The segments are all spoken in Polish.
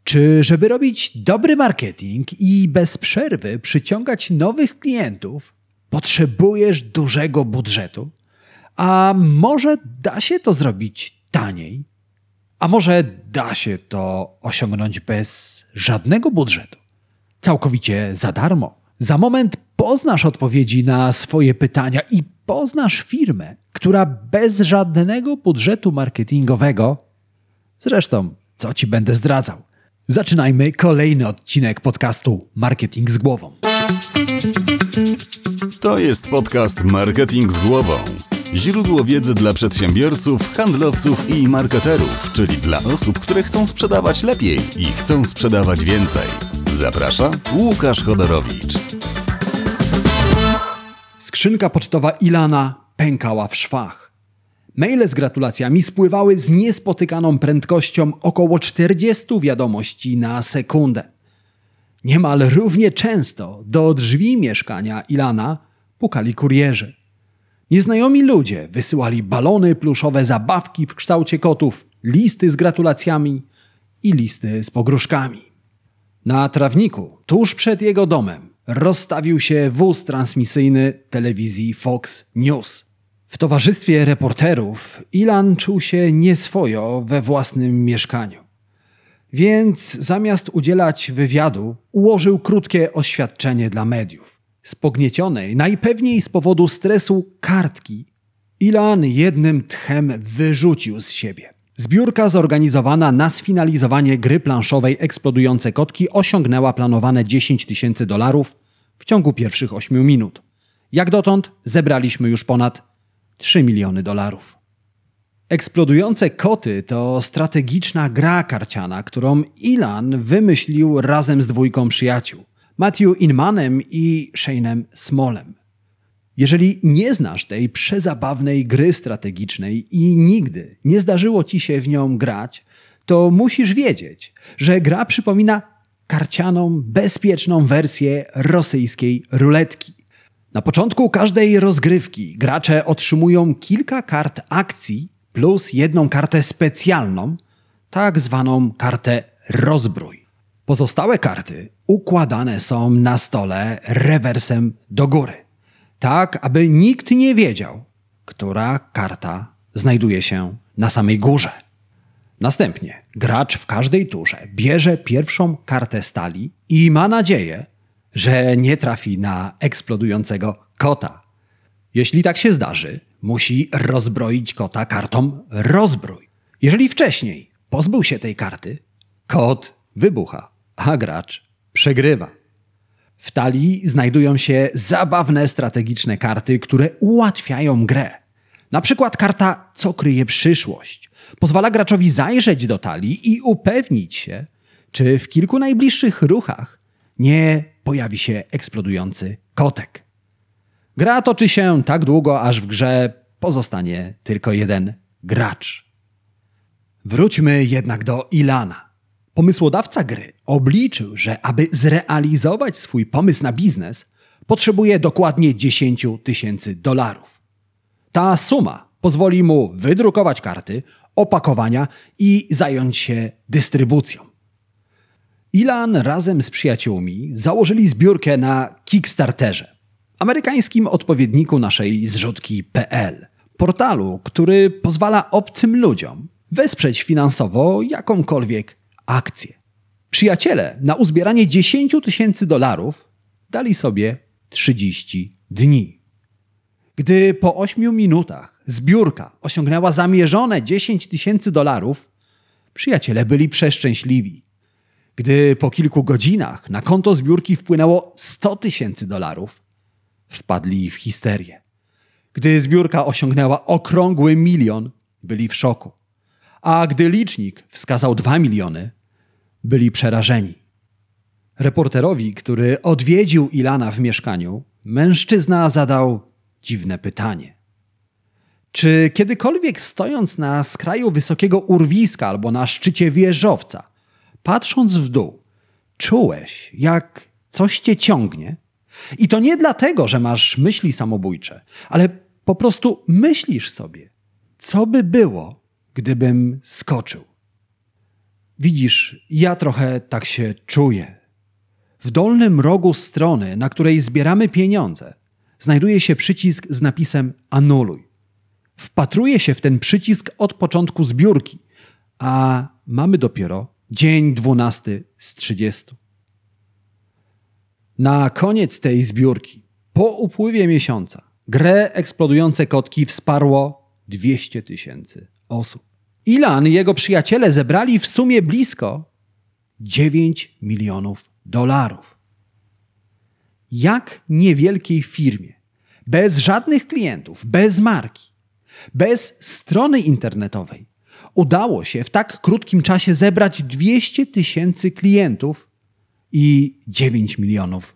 Czy żeby robić dobry marketing i bez przerwy przyciągać nowych klientów, potrzebujesz dużego budżetu? A może da się to zrobić taniej? A może da się to osiągnąć bez żadnego budżetu? Całkowicie za darmo? Za moment poznasz odpowiedzi na swoje pytania i poznasz firmę, która bez żadnego budżetu marketingowego... Zresztą, co ci będę zdradzał? Zaczynajmy kolejny odcinek podcastu Marketing z głową. To jest podcast Marketing z głową. Źródło wiedzy dla przedsiębiorców, handlowców i marketerów, czyli dla osób, które chcą sprzedawać lepiej i chcą sprzedawać więcej. Zaprasza Łukasz Chodorowicz. Skrzynka pocztowa Ilana pękała w szwach. Maile z gratulacjami spływały z niespotykaną prędkością około 40 wiadomości na sekundę. Niemal równie często do drzwi mieszkania Ilana pukali kurierzy. Nieznajomi ludzie wysyłali balony, pluszowe zabawki w kształcie kotów, listy z gratulacjami i listy z pogróżkami. Na trawniku, tuż przed jego domem, rozstawił się wóz transmisyjny telewizji Fox News. W towarzystwie reporterów Ilan czuł się nieswojo we własnym mieszkaniu. Więc zamiast udzielać wywiadu, ułożył krótkie oświadczenie dla mediów. Z pogniecionej, najpewniej z powodu stresu kartki, Ilan jednym tchem wyrzucił z siebie. Zbiórka zorganizowana na sfinalizowanie gry planszowej Eksplodujące kotki osiągnęła planowane $10,000 w ciągu pierwszych 8 minut. Jak dotąd zebraliśmy już ponad $3 miliony. Eksplodujące koty to strategiczna gra karciana, którą Ilan wymyślił razem z dwójką przyjaciół, Matthew Inmanem i Shane'em Smallem. Jeżeli nie znasz tej przezabawnej gry strategicznej i nigdy nie zdarzyło ci się w nią grać, to musisz wiedzieć, że gra przypomina karcianą, bezpieczną wersję rosyjskiej ruletki. Na początku każdej rozgrywki gracze otrzymują kilka kart akcji plus jedną kartę specjalną, tak zwaną kartę rozbrój. Pozostałe karty układane są na stole rewersem do góry, tak aby nikt nie wiedział, która karta znajduje się na samej górze. Następnie gracz w każdej turze bierze pierwszą kartę stali i ma nadzieję, że nie trafi na eksplodującego kota. Jeśli tak się zdarzy, musi rozbroić kota kartą rozbrój. Jeżeli wcześniej pozbył się tej karty, kot wybucha, a gracz przegrywa. W talii znajdują się zabawne strategiczne karty, które ułatwiają grę. Na przykład karta Co kryje przyszłość pozwala graczowi zajrzeć do talii i upewnić się, czy w kilku najbliższych ruchach nie pojawi się eksplodujący kotek. Gra toczy się tak długo, aż w grze pozostanie tylko jeden gracz. Wróćmy jednak do Ilana. Pomysłodawca gry obliczył, że aby zrealizować swój pomysł na biznes, potrzebuje dokładnie $10,000. Ta suma pozwoli mu wydrukować karty, opakowania i zająć się dystrybucją. Ilan razem z przyjaciółmi założyli zbiórkę na Kickstarterze, amerykańskim odpowiedniku naszej zrzutki.pl, portalu, który pozwala obcym ludziom wesprzeć finansowo jakąkolwiek akcję. Przyjaciele na uzbieranie $10,000 dali sobie 30 dni. Gdy po 8 minutach zbiórka osiągnęła zamierzone $10,000, przyjaciele byli przeszczęśliwi. Gdy po kilku godzinach na konto zbiórki wpłynęło $100,000, wpadli w histerię. Gdy zbiórka osiągnęła okrągły 1 milion, byli w szoku. A gdy licznik wskazał 2 miliony, byli przerażeni. Reporterowi, który odwiedził Ilana w mieszkaniu, mężczyzna zadał dziwne pytanie. Czy kiedykolwiek stojąc na skraju wysokiego urwiska albo na szczycie wieżowca, patrząc w dół, czułeś, jak coś cię ciągnie? I to nie dlatego, że masz myśli samobójcze, ale po prostu myślisz sobie, co by było, gdybym skoczył. Widzisz, ja trochę tak się czuję. W dolnym rogu strony, na której zbieramy pieniądze, znajduje się przycisk z napisem Anuluj. Wpatruję się w ten przycisk od początku zbiórki, a mamy dopiero dzień 12 z 30. Na koniec tej zbiórki, po upływie miesiąca, grę Eksplodujące Kotki wsparło 200 000 osób. Ilan i jego przyjaciele zebrali w sumie blisko $9 milionów. Jak niewielkiej firmie, bez żadnych klientów, bez marki, bez strony internetowej, udało się w tak krótkim czasie zebrać 200 000 klientów i $9 milionów.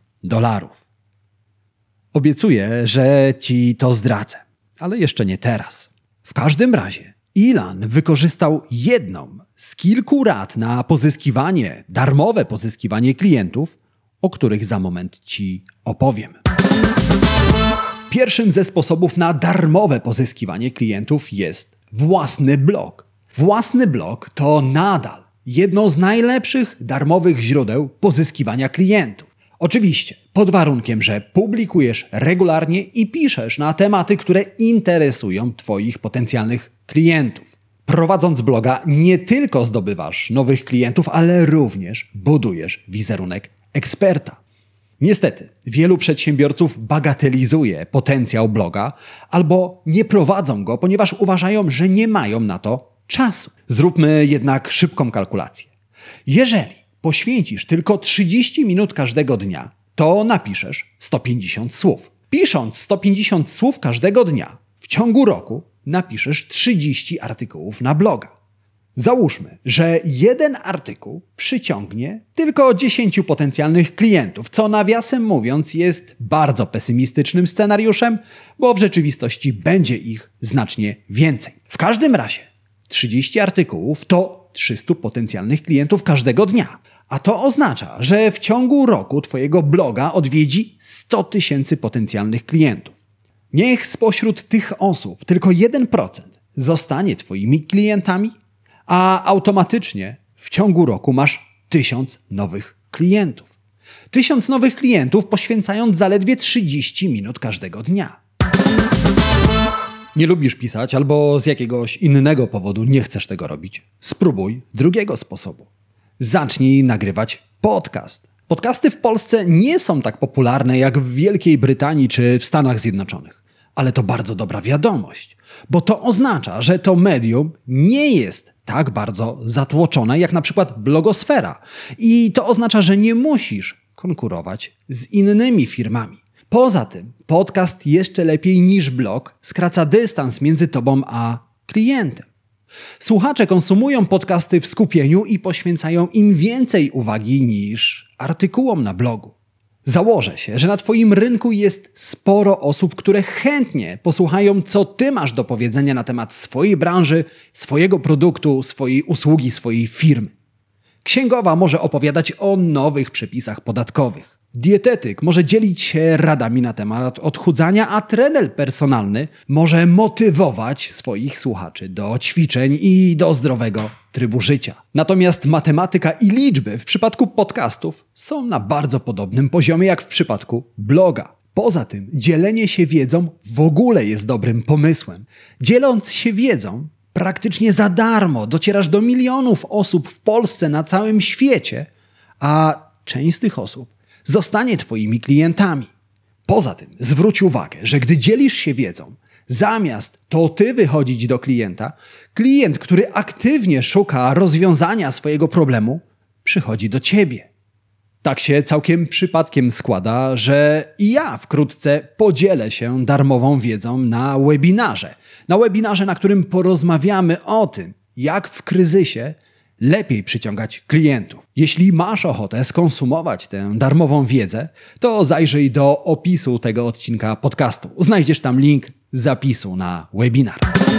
Obiecuję, że ci to zdradzę, ale jeszcze nie teraz. W każdym razie Ilan wykorzystał jedną z kilku rad na darmowe pozyskiwanie klientów, o których za moment ci opowiem. Pierwszym ze sposobów na darmowe pozyskiwanie klientów jest własny blog. Własny blog to nadal jedno z najlepszych darmowych źródeł pozyskiwania klientów. Oczywiście pod warunkiem, że publikujesz regularnie i piszesz na tematy, które interesują twoich potencjalnych klientów. Prowadząc bloga nie tylko zdobywasz nowych klientów, ale również budujesz wizerunek eksperta. Niestety, wielu przedsiębiorców bagatelizuje potencjał bloga albo nie prowadzą go, ponieważ uważają, że nie mają na to czasu. Zróbmy jednak szybką kalkulację. Jeżeli poświęcisz tylko 30 minut każdego dnia, to napiszesz 150 słów. Pisząc 150 słów każdego dnia, w ciągu roku napiszesz 30 artykułów na bloga. Załóżmy, że jeden artykuł przyciągnie tylko 10 potencjalnych klientów, co nawiasem mówiąc jest bardzo pesymistycznym scenariuszem, bo w rzeczywistości będzie ich znacznie więcej. W każdym razie 30 artykułów to 300 potencjalnych klientów każdego dnia. A to oznacza, że w ciągu roku twojego bloga odwiedzi 100 000 potencjalnych klientów. Niech spośród tych osób tylko 1% zostanie twoimi klientami, a automatycznie w ciągu roku masz 1000 nowych klientów. 1000 nowych klientów poświęcając zaledwie 30 minut każdego dnia. Nie lubisz pisać albo z jakiegoś innego powodu nie chcesz tego robić? Spróbuj drugiego sposobu. Zacznij nagrywać podcast. Podcasty w Polsce nie są tak popularne jak w Wielkiej Brytanii czy w Stanach Zjednoczonych. Ale to bardzo dobra wiadomość, bo to oznacza, że to medium nie jest tak bardzo zatłoczone jak na przykład blogosfera. I to oznacza, że nie musisz konkurować z innymi firmami. Poza tym podcast jeszcze lepiej niż blog skraca dystans między tobą a klientem. Słuchacze konsumują podcasty w skupieniu i poświęcają im więcej uwagi niż artykułom na blogu. Założę się, że na twoim rynku jest sporo osób, które chętnie posłuchają, co ty masz do powiedzenia na temat swojej branży, swojego produktu, swojej usługi, swojej firmy. Księgowa może opowiadać o nowych przepisach podatkowych. Dietetyk może dzielić się radami na temat odchudzania, a trener personalny może motywować swoich słuchaczy do ćwiczeń i do zdrowego trybu życia. Natomiast matematyka i liczby w przypadku podcastów są na bardzo podobnym poziomie jak w przypadku bloga. Poza tym dzielenie się wiedzą w ogóle jest dobrym pomysłem. Dzieląc się wiedzą, praktycznie za darmo docierasz do milionów osób w Polsce, na całym świecie, a część z tych osób zostanie twoimi klientami. Poza tym zwróć uwagę, że gdy dzielisz się wiedzą, zamiast to ty wychodzić do klienta, klient, który aktywnie szuka rozwiązania swojego problemu, przychodzi do ciebie. Tak się całkiem przypadkiem składa, że i ja wkrótce podzielę się darmową wiedzą na webinarze. Na webinarze, na którym porozmawiamy o tym, jak w kryzysie lepiej przyciągać klientów. Jeśli masz ochotę skonsumować tę darmową wiedzę, to zajrzyj do opisu tego odcinka podcastu. Znajdziesz tam link zapisu na webinar.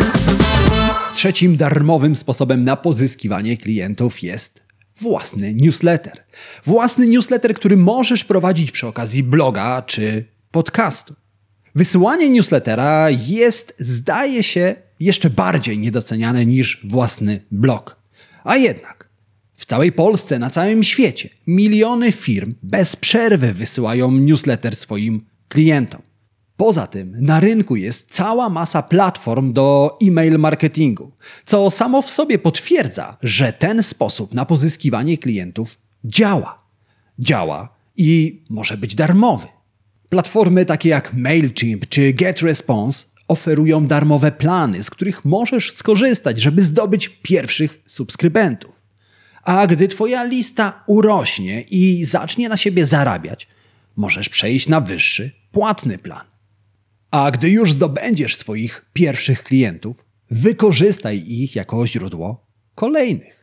Trzecim darmowym sposobem na pozyskiwanie klientów jest własny newsletter. Własny newsletter, który możesz prowadzić przy okazji bloga czy podcastu. Wysyłanie newslettera jest, zdaje się, jeszcze bardziej niedoceniane niż własny blog. A jednak W całej Polsce, na całym świecie miliony firm bez przerwy wysyłają newsletter swoim klientom. Poza tym na rynku jest cała masa platform do e-mail marketingu, co samo w sobie potwierdza, że ten sposób na pozyskiwanie klientów działa. Działa i może być darmowy. Platformy takie jak MailChimp czy GetResponse oferują darmowe plany, z których możesz skorzystać, żeby zdobyć pierwszych subskrybentów. A gdy twoja lista urośnie i zacznie na siebie zarabiać, możesz przejść na wyższy, płatny plan. A gdy już zdobędziesz swoich pierwszych klientów, wykorzystaj ich jako źródło kolejnych.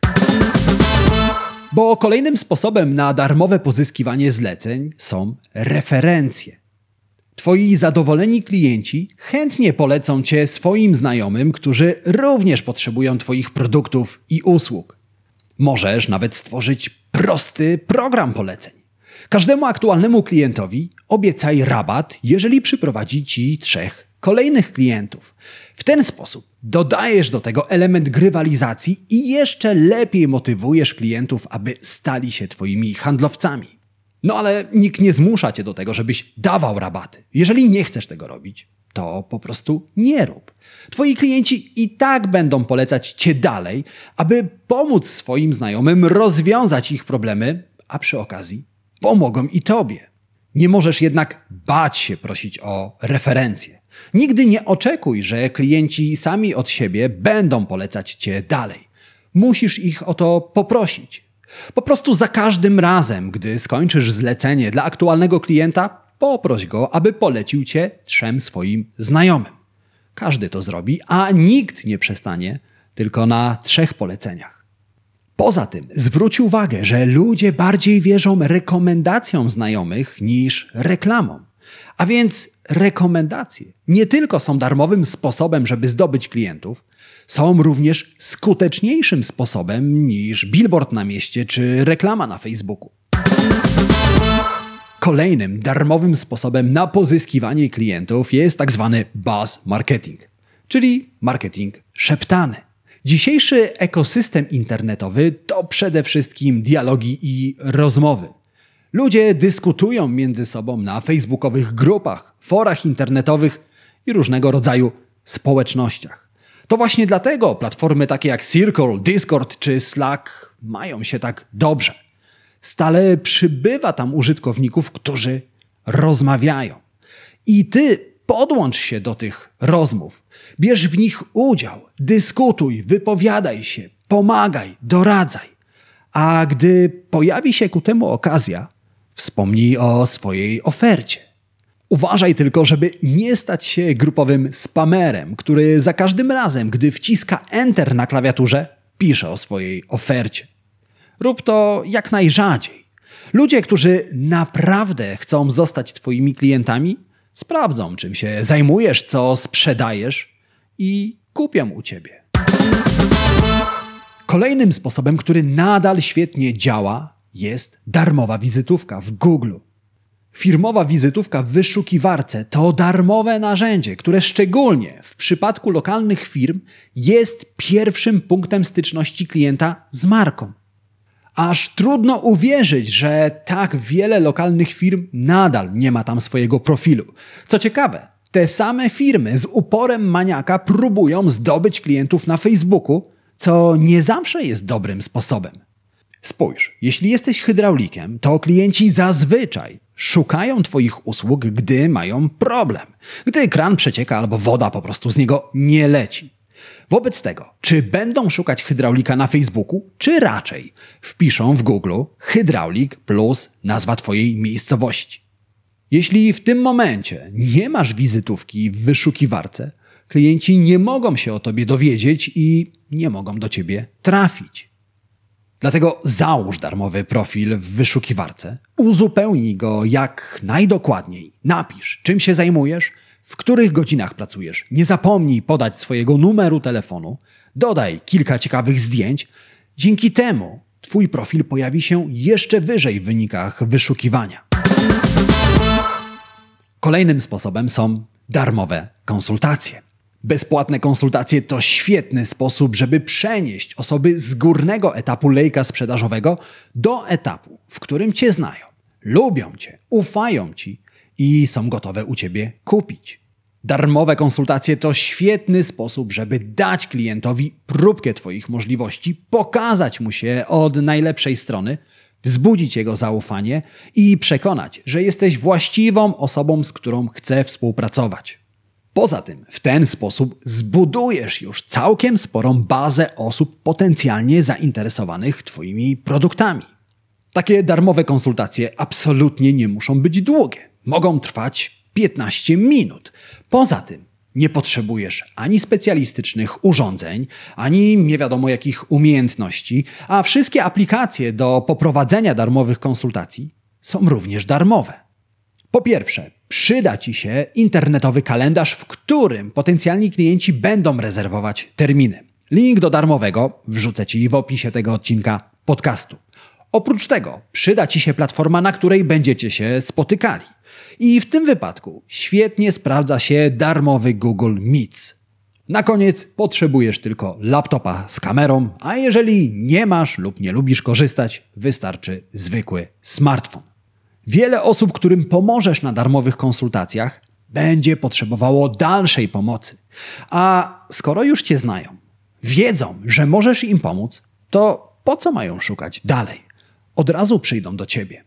Bo kolejnym sposobem na darmowe pozyskiwanie zleceń są referencje. Twoi zadowoleni klienci chętnie polecą cię swoim znajomym, którzy również potrzebują twoich produktów i usług. Możesz nawet stworzyć prosty program poleceń. Każdemu aktualnemu klientowi obiecaj rabat, jeżeli przyprowadzi ci 3 kolejnych klientów. W ten sposób dodajesz do tego element grywalizacji i jeszcze lepiej motywujesz klientów, aby stali się twoimi handlowcami. No ale nikt nie zmusza cię do tego, żebyś dawał rabaty. Jeżeli nie chcesz tego robić, to po prostu nie rób. Twoi klienci i tak będą polecać cię dalej, aby pomóc swoim znajomym rozwiązać ich problemy, a przy okazji pomogą i tobie. Nie możesz jednak bać się prosić o referencje. Nigdy nie oczekuj, że klienci sami od siebie będą polecać cię dalej. Musisz ich o to poprosić. Po prostu za każdym razem, gdy skończysz zlecenie dla aktualnego klienta, poproś go, aby polecił cię 3 swoim znajomym. Każdy to zrobi, a nikt nie przestanie tylko na 3 poleceniach. Poza tym zwróć uwagę, że ludzie bardziej wierzą rekomendacjom znajomych niż reklamom. A więc rekomendacje nie tylko są darmowym sposobem, żeby zdobyć klientów, są również skuteczniejszym sposobem niż billboard na mieście czy reklama na Facebooku. Kolejnym darmowym sposobem na pozyskiwanie klientów jest tak zwany buzz marketing, czyli marketing szeptany. Dzisiejszy ekosystem internetowy to przede wszystkim dialogi i rozmowy. Ludzie dyskutują między sobą na facebookowych grupach, forach internetowych i różnego rodzaju społecznościach. To właśnie dlatego platformy takie jak Circle, Discord czy Slack mają się tak dobrze. Stale przybywa tam użytkowników, którzy rozmawiają. I ty podłącz się do tych rozmów. Bierz w nich udział, dyskutuj, wypowiadaj się, pomagaj, doradzaj. A gdy pojawi się ku temu okazja, wspomnij o swojej ofercie. Uważaj tylko, żeby nie stać się grupowym spamerem, który za każdym razem, gdy wciska Enter na klawiaturze, pisze o swojej ofercie. Rób to jak najrzadziej. Ludzie, którzy naprawdę chcą zostać twoimi klientami, sprawdzą, czym się zajmujesz, co sprzedajesz i kupią u ciebie. Kolejnym sposobem, który nadal świetnie działa, jest darmowa wizytówka w Google. Firmowa wizytówka w wyszukiwarce to darmowe narzędzie, które szczególnie w przypadku lokalnych firm jest pierwszym punktem styczności klienta z marką. Aż trudno uwierzyć, że tak wiele lokalnych firm nadal nie ma tam swojego profilu. Co ciekawe, te same firmy z uporem maniaka próbują zdobyć klientów na Facebooku, co nie zawsze jest dobrym sposobem. Spójrz, jeśli jesteś hydraulikiem, to klienci zazwyczaj szukają twoich usług, gdy mają problem. Gdy kran przecieka albo woda po prostu z niego nie leci. Wobec tego, czy będą szukać hydraulika na Facebooku, czy raczej wpiszą w Google hydraulik plus nazwa twojej miejscowości. Jeśli w tym momencie nie masz wizytówki w wyszukiwarce, klienci nie mogą się o tobie dowiedzieć i nie mogą do ciebie trafić. Dlatego załóż darmowy profil w wyszukiwarce, uzupełnij go jak najdokładniej, napisz, czym się zajmujesz, w których godzinach pracujesz. Nie zapomnij podać swojego numeru telefonu, dodaj kilka ciekawych zdjęć. Dzięki temu twój profil pojawi się jeszcze wyżej w wynikach wyszukiwania. Kolejnym sposobem są darmowe konsultacje. Bezpłatne konsultacje to świetny sposób, żeby przenieść osoby z górnego etapu lejka sprzedażowego do etapu, w którym Cię znają, lubią Cię, ufają Ci i są gotowe u Ciebie kupić. Darmowe konsultacje to świetny sposób, żeby dać klientowi próbkę Twoich możliwości, pokazać mu się od najlepszej strony, wzbudzić jego zaufanie i przekonać, że jesteś właściwą osobą, z którą chce współpracować. Poza tym, w ten sposób zbudujesz już całkiem sporą bazę osób potencjalnie zainteresowanych Twoimi produktami. Takie darmowe konsultacje absolutnie nie muszą być długie. Mogą trwać 15 minut. Poza tym nie potrzebujesz ani specjalistycznych urządzeń, ani nie wiadomo jakich umiejętności, a wszystkie aplikacje do poprowadzenia darmowych konsultacji są również darmowe. Po pierwsze, przyda Ci się internetowy kalendarz, w którym potencjalni klienci będą rezerwować terminy. Link do darmowego wrzucę Ci w opisie tego odcinka podcastu. Oprócz tego przyda Ci się platforma, na której będziecie się spotykali. I w tym wypadku świetnie sprawdza się darmowy Google Meets. Na koniec potrzebujesz tylko laptopa z kamerą, a jeżeli nie masz lub nie lubisz korzystać, wystarczy zwykły smartfon. Wiele osób, którym pomożesz na darmowych konsultacjach, będzie potrzebowało dalszej pomocy. A skoro już Cię znają, wiedzą, że możesz im pomóc, to po co mają szukać dalej? Od razu przyjdą do Ciebie.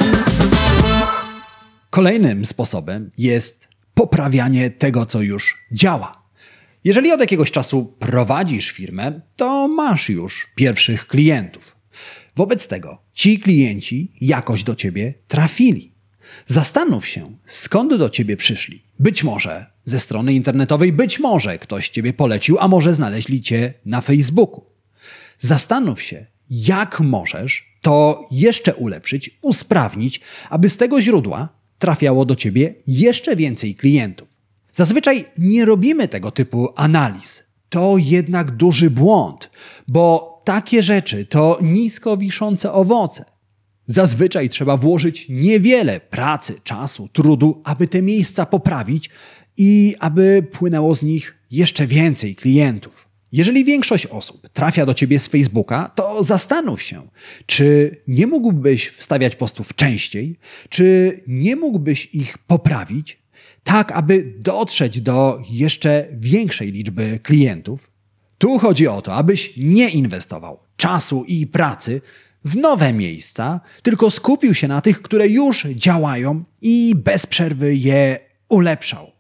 Kolejnym sposobem jest poprawianie tego, co już działa. Jeżeli od jakiegoś czasu prowadzisz firmę, to masz już pierwszych klientów. Wobec tego ci klienci jakoś do Ciebie trafili. Zastanów się, skąd do Ciebie przyszli. Być może ze strony internetowej, być może ktoś Ciebie polecił, a może znaleźli Cię na Facebooku. Zastanów się, jak możesz to jeszcze ulepszyć, usprawnić, aby z tego źródła trafiało do Ciebie jeszcze więcej klientów. Zazwyczaj nie robimy tego typu analiz. To jednak duży błąd, bo takie rzeczy to nisko wiszące owoce. Zazwyczaj trzeba włożyć niewiele pracy, czasu, trudu, aby te miejsca poprawić i aby płynęło z nich jeszcze więcej klientów. Jeżeli większość osób trafia do Ciebie z Facebooka, to zastanów się, czy nie mógłbyś wstawiać postów częściej, czy nie mógłbyś ich poprawić, tak aby dotrzeć do jeszcze większej liczby klientów. Tu chodzi o to, abyś nie inwestował czasu i pracy w nowe miejsca, tylko skupił się na tych, które już działają i bez przerwy je ulepszał.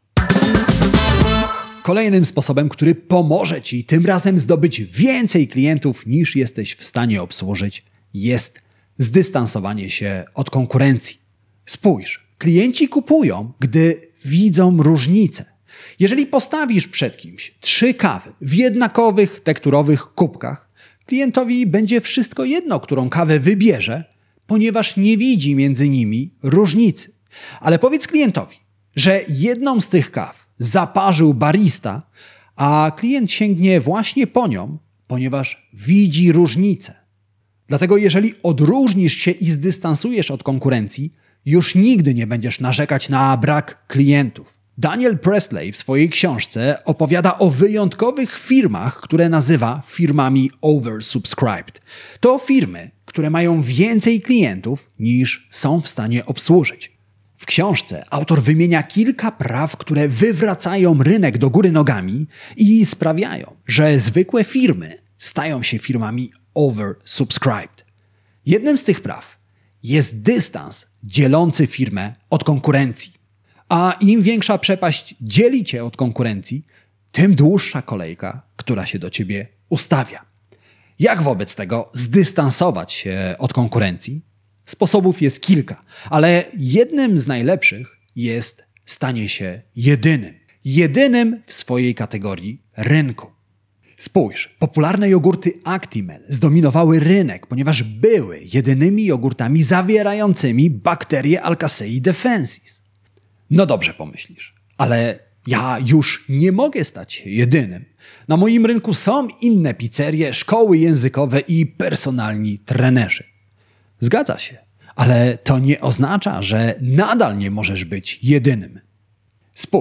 Kolejnym sposobem, który pomoże Ci tym razem zdobyć więcej klientów niż jesteś w stanie obsłużyć, jest zdystansowanie się od konkurencji. Spójrz, klienci kupują, gdy widzą różnicę. Jeżeli postawisz przed kimś 3 kawy w jednakowych tekturowych kubkach, klientowi będzie wszystko jedno, którą kawę wybierze, ponieważ nie widzi między nimi różnicy. Ale powiedz klientowi, że jedną z tych kaw zaparzył barista, a klient sięgnie właśnie po nią, ponieważ widzi różnicę. Dlatego jeżeli odróżnisz się i zdystansujesz od konkurencji, już nigdy nie będziesz narzekać na brak klientów. Daniel Presley w swojej książce opowiada o wyjątkowych firmach, które nazywa firmami oversubscribed. To firmy, które mają więcej klientów niż są w stanie obsłużyć. W książce autor wymienia kilka praw, które wywracają rynek do góry nogami i sprawiają, że zwykłe firmy stają się firmami oversubscribed. Jednym z tych praw jest dystans dzielący firmę od konkurencji. A im większa przepaść dzieli Cię od konkurencji, tym dłuższa kolejka, która się do Ciebie ustawia. Jak wobec tego zdystansować się od konkurencji? Sposobów jest kilka, ale jednym z najlepszych jest stanie się jedynym. Jedynym w swojej kategorii rynku. Spójrz, popularne jogurty Actimel zdominowały rynek, ponieważ były jedynymi jogurtami zawierającymi bakterię Alkasei defensis. No dobrze pomyślisz, ale ja już nie mogę stać się jedynym. Na moim rynku są inne pizzerie, szkoły językowe i personalni trenerzy. Zgadza się, ale to nie oznacza, że nadal nie możesz być jedynym. Spójrz,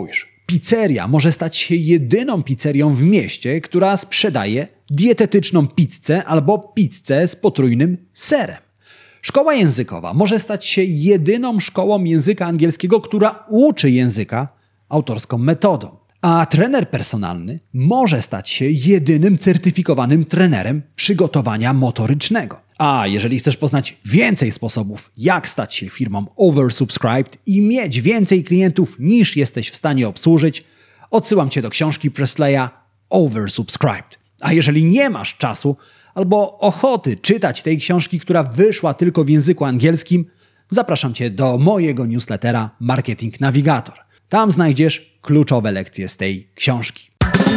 Pizzeria może stać się jedyną pizzerią w mieście, która sprzedaje dietetyczną pizzę albo pizzę z potrójnym serem. Szkoła językowa może stać się jedyną szkołą języka angielskiego, która uczy języka autorską metodą. A trener personalny może stać się jedynym certyfikowanym trenerem przygotowania motorycznego. A jeżeli chcesz poznać więcej sposobów, jak stać się firmą oversubscribed i mieć więcej klientów niż jesteś w stanie obsłużyć, odsyłam Cię do książki Presleya Oversubscribed. A jeżeli nie masz czasu albo ochoty czytać tej książki, która wyszła tylko w języku angielskim, zapraszam Cię do mojego newslettera Marketing Navigator. Tam znajdziesz kluczowe lekcje z tej książki.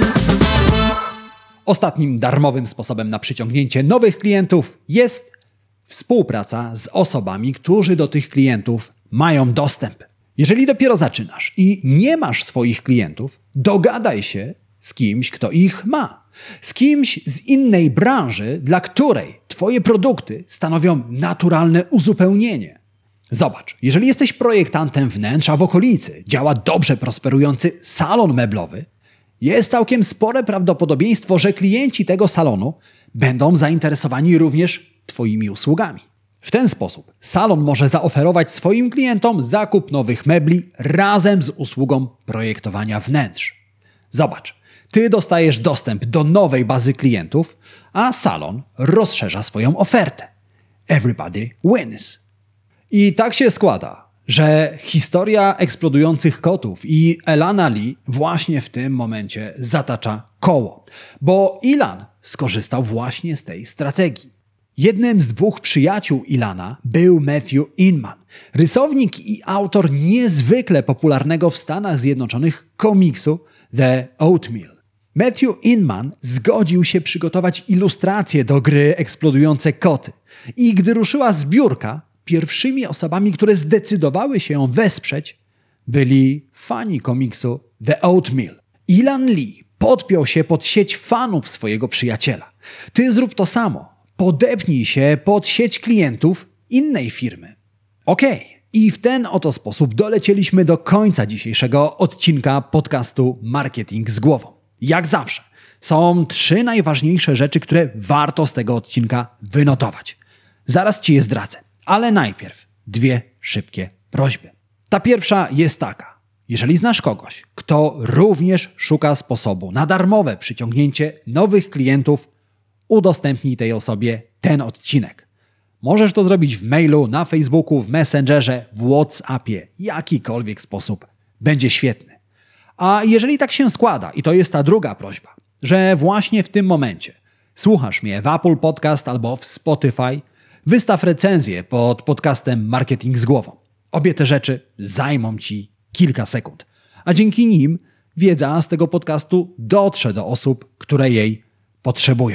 Ostatnim darmowym sposobem na przyciągnięcie nowych klientów jest współpraca z osobami, którzy do tych klientów mają dostęp. Jeżeli dopiero zaczynasz i nie masz swoich klientów, dogadaj się z kimś, kto ich ma. Z kimś z innej branży, dla której Twoje produkty stanowią naturalne uzupełnienie. Zobacz, jeżeli jesteś projektantem wnętrza w okolicy, działa dobrze prosperujący salon meblowy, jest całkiem spore prawdopodobieństwo, że klienci tego salonu będą zainteresowani również Twoimi usługami. W ten sposób salon może zaoferować swoim klientom zakup nowych mebli razem z usługą projektowania wnętrz. Zobacz, Ty dostajesz dostęp do nowej bazy klientów, a salon rozszerza swoją ofertę. Everybody wins. I tak się składa, że historia eksplodujących kotów i Elana Lee właśnie w tym momencie zatacza koło, bo Elan skorzystał właśnie z tej strategii. Jednym z dwóch przyjaciół Elana był Matthew Inman, rysownik i autor niezwykle popularnego w Stanach Zjednoczonych komiksu The Oatmeal. Matthew Inman zgodził się przygotować ilustracje do gry Eksplodujące koty i gdy ruszyła zbiórka, pierwszymi osobami, które zdecydowały się ją wesprzeć, byli fani komiksu The Oatmeal. Elan Lee podpiął się pod sieć fanów swojego przyjaciela. Ty zrób to samo. Podepnij się pod sieć klientów innej firmy. I w ten oto sposób dolecieliśmy do końca dzisiejszego odcinka podcastu Marketing z głową. Jak zawsze, są 3 najważniejsze rzeczy, które warto z tego odcinka wynotować. Zaraz Ci je zdradzę. Ale najpierw 2 szybkie prośby. Ta pierwsza jest taka. Jeżeli znasz kogoś, kto również szuka sposobu na darmowe przyciągnięcie nowych klientów, udostępnij tej osobie ten odcinek. Możesz to zrobić w mailu, na Facebooku, w Messengerze, w WhatsAppie. Jakikolwiek sposób będzie świetny. A jeżeli tak się składa, i to jest ta druga prośba, że właśnie w tym momencie słuchasz mnie w Apple Podcast albo w Spotify, wystaw recenzję pod podcastem Marketing z głową. Obie te rzeczy zajmą Ci kilka sekund, a dzięki nim wiedza z tego podcastu dotrze do osób, które jej potrzebują.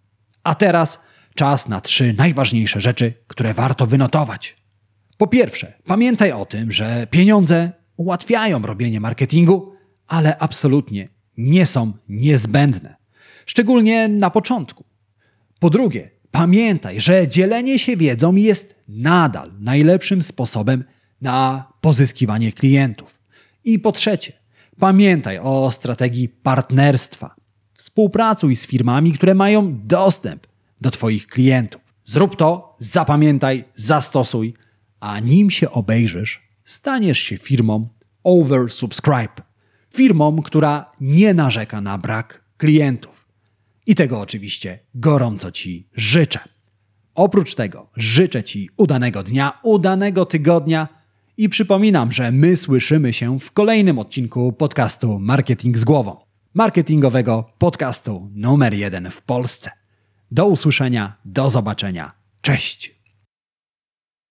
A teraz czas na 3 najważniejsze rzeczy, które warto wynotować. Po pierwsze, pamiętaj o tym, że pieniądze ułatwiają robienie marketingu, ale absolutnie nie są niezbędne. Szczególnie na początku. Po drugie, pamiętaj, że dzielenie się wiedzą jest nadal najlepszym sposobem na pozyskiwanie klientów. I po trzecie, pamiętaj o strategii partnerstwa. Współpracuj z firmami, które mają dostęp do Twoich klientów. Zrób to, zapamiętaj, zastosuj, a nim się obejrzysz, staniesz się firmą oversubscribe. Firmą, która nie narzeka na brak klientów. I tego oczywiście gorąco Ci życzę. Oprócz tego życzę Ci udanego dnia, udanego tygodnia i przypominam, że my słyszymy się w kolejnym odcinku podcastu Marketing z głową. Marketingowego podcastu numer 1 w Polsce. Do usłyszenia, do zobaczenia. Cześć!